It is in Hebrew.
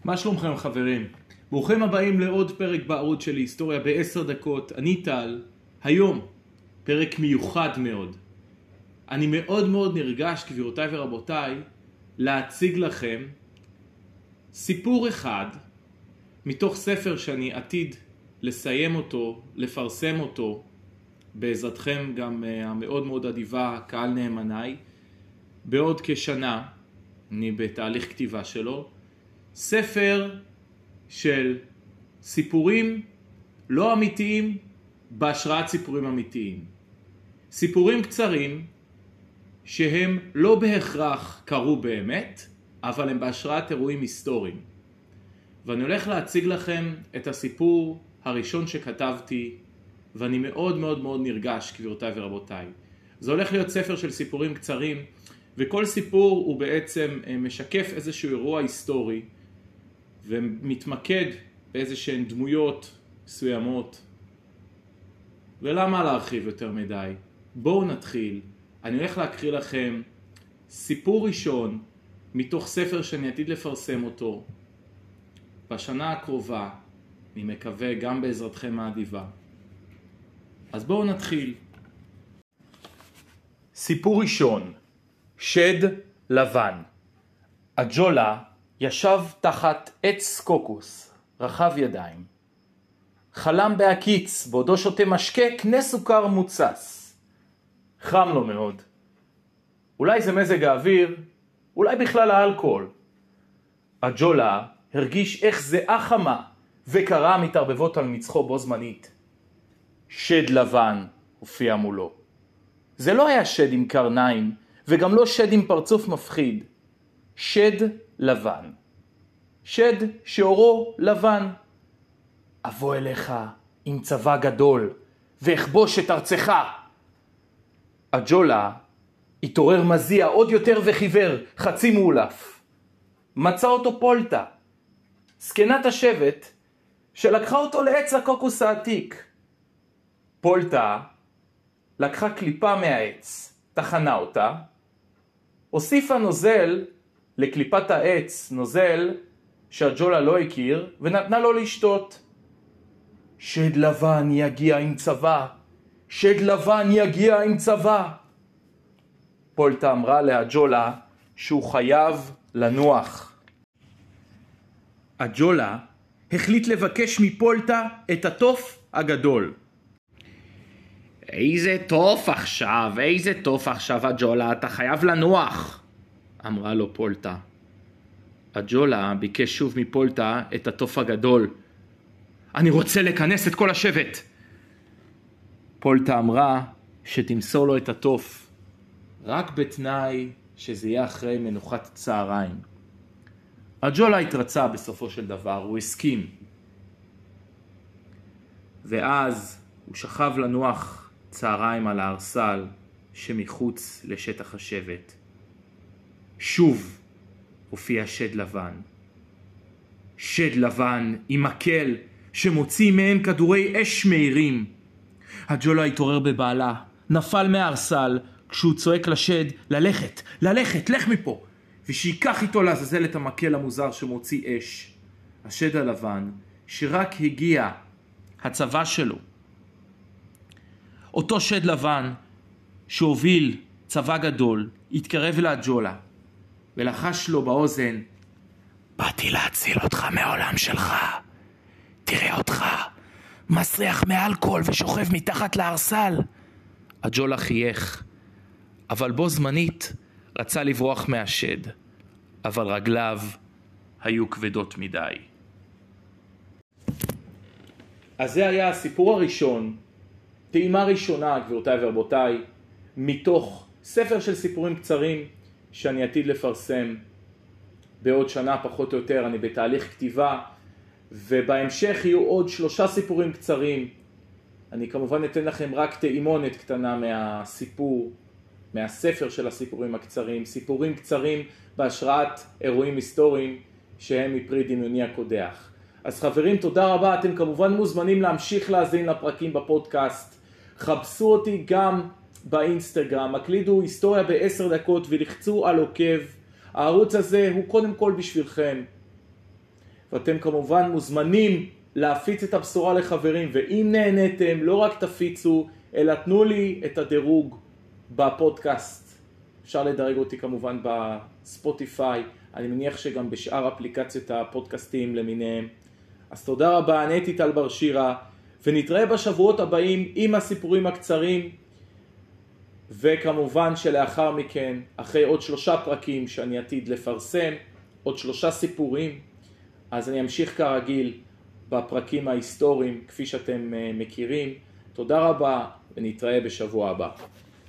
מה שלומכם חברים? ברוכים הבאים לעוד פרק בערוץ שלי, היסטוריה ב10 דקות. אני טל. היום פרק מיוחד מאוד. אני מאוד מאוד נרגש, גבירותיי ורבותיי, להציג לכם סיפור אחד מתוך ספר שאני עתיד לסיים אותו, לפרסם אותו, בעזרתכם גם המאוד מאוד אדיבה, קהל נאמניי, בעוד כשנה. אני בתהליך כתיבה שלו. ספר של סיפורים לא אמיתיים בהשראת סיפורים אמיתיים. סיפורים קצרים שהם לא בהכרח קרו באמת, אבל הם בהשראת אירועים היסטוריים. ואני הולך להציג לכם את הסיפור הראשון שכתבתי, ואני מאוד מאוד מאוד נרגש, גבירותיי ורבותיי. זה הולך להיות ספר של סיפורים קצרים, וכל סיפור הוא בעצם משקף איזשהו אירוע היסטורי, ומתמקד באיזשהן דמויות מסוימות. ולמה להרחיב יותר מדי? בואו נתחיל. אני הולך להקריא לכם סיפור ראשון מתוך ספר שאני עתיד לפרסם אותו בשנה הקרובה, אני מקווה גם בעזרתכם האדיבה. אז בואו נתחיל. סיפור ראשון, שד לבן. אג'ולה ישב תחת עץ קוקוס, רחב ידיים. חלם בהקיץ, בעודו שותה משקה קנה סוכר מוצס. חם לו מאוד. אולי זה מזג האוויר, אולי בכלל האלכוהול. אג'ולה הרגיש איך זיעה חמה וקרה מתערבבות על מצחו בו זמנית. שד לבן הופיע מולו. זה לא היה שד עם קרניים וגם לא שד עם פרצוף מפחיד. שד לבן. שד שאורו לבן. אבוא אליך עם צבא גדול ואכבוש את ארצך. אג'ולה התעורר מזיע עוד יותר וחיוור, חצי מאולף. מצא אותו פולטה, זקנת השבט, שלקחה אותו לעץ הקוקוס העתיק. פולטה לקחה קליפה מהעץ, תחנה אותה, הוסיפה נוזל לקליפת העץ, נוזל שאג'ולה לא הכיר, ונתנה לו לשתות. שד לבן יגיע עם צבא, שד לבן יגיע עם צבא. פולטה אמרה לאג'ולה שהוא חייב לנוח. אג'ולה החליט לבקש מפולטה את התוף הגדול. איזה תוף עכשיו אג'ולה, אתה חייב לנוח, אמרה לו פולטה. אג'ולה ביקש שוב מפולטה את התוף הגדול. אני רוצה לכנס את כל השבט. פולטה אמרה שתמסור לו את התוף, רק בתנאי שזה יהיה אחרי מנוחת צהריים. אג'ולה התרצה בסופו של דבר, הוא הסכים. ואז הוא שכב לנוח צהריים על הארסל שמחוץ לשטח השבט. שוב הופיע שד לבן. שד לבן עם מקל שמוציא מהם כדורי אש מהירים. אג'ולה התעורר בבעלה, נפל מהארסל כשהוא צועק לשד ללכת, לך מפה, ושיקח איתו לעזאזל את המקל המוזר שמוציא אש. השד הלבן שרק הגיע הצבא שלו, אותו שד לבן שהוביל צבא גדול, התקרב לאג'ולה ולחש לו באוזן, באתי להציל אותך מהעולם שלך, תראה אותך מסריח מאלכוהול ושוכב מתחת לארסל. אג'ולה חייך, אבל בו זמנית רצה לברוח מהשד, אבל רגליו היו כבדות מדי. אז זה היה הסיפור הראשון, טעימה ראשונה, גבירותיי ורבותיי, מתוך ספר של סיפורים קצרים שאני עתיד לפרסם בעוד שנה פחות או יותר. אני בתהליך כתיבה, ובהמשך יהיו עוד 3 סיפורים קצרים. אני כמובן אתן לכם רק טעימונת קטנה מהספר של הסיפורים הקצרים, סיפורים קצרים בהשראת אירועים היסטוריים שהם מפרי דמיוני הקודח. אז חברים, תודה רבה. אתם כמובן מוזמנים להמשיך להאזין לפרקים בפודקאסט. חפשו אותי גם באינסטגרם, הקלידו היסטוריה ב10 דקות ולחצו על עוקב. הערוץ הזה הוא קודם כל בשבילכם. ואתם כמובן מוזמנים להפיץ את הבשורה לחברים, ואם נהניתם, לא רק תפיצו, אלא תנו לי את הדירוג בפודקאסט. אפשר לדרג אותי כמובן בספוטיפיי, אני מניח שגם בשאר אפליקציות הפודקאסטים למיניהם. אז תודה רבה, אני הייתי טל בר שירה, ונתראה בשבועות הבאים עם הסיפורים הקצרים, וכמובן שלאחר מכן, אחרי עוד 3 פרקים שאני עתיד לפרסם, עוד 3 סיפורים, אז אני אמשיך כרגיל בפרקים ההיסטוריים, כפי שאתם מכירים. תודה רבה, ונתראה בשבוע הבא.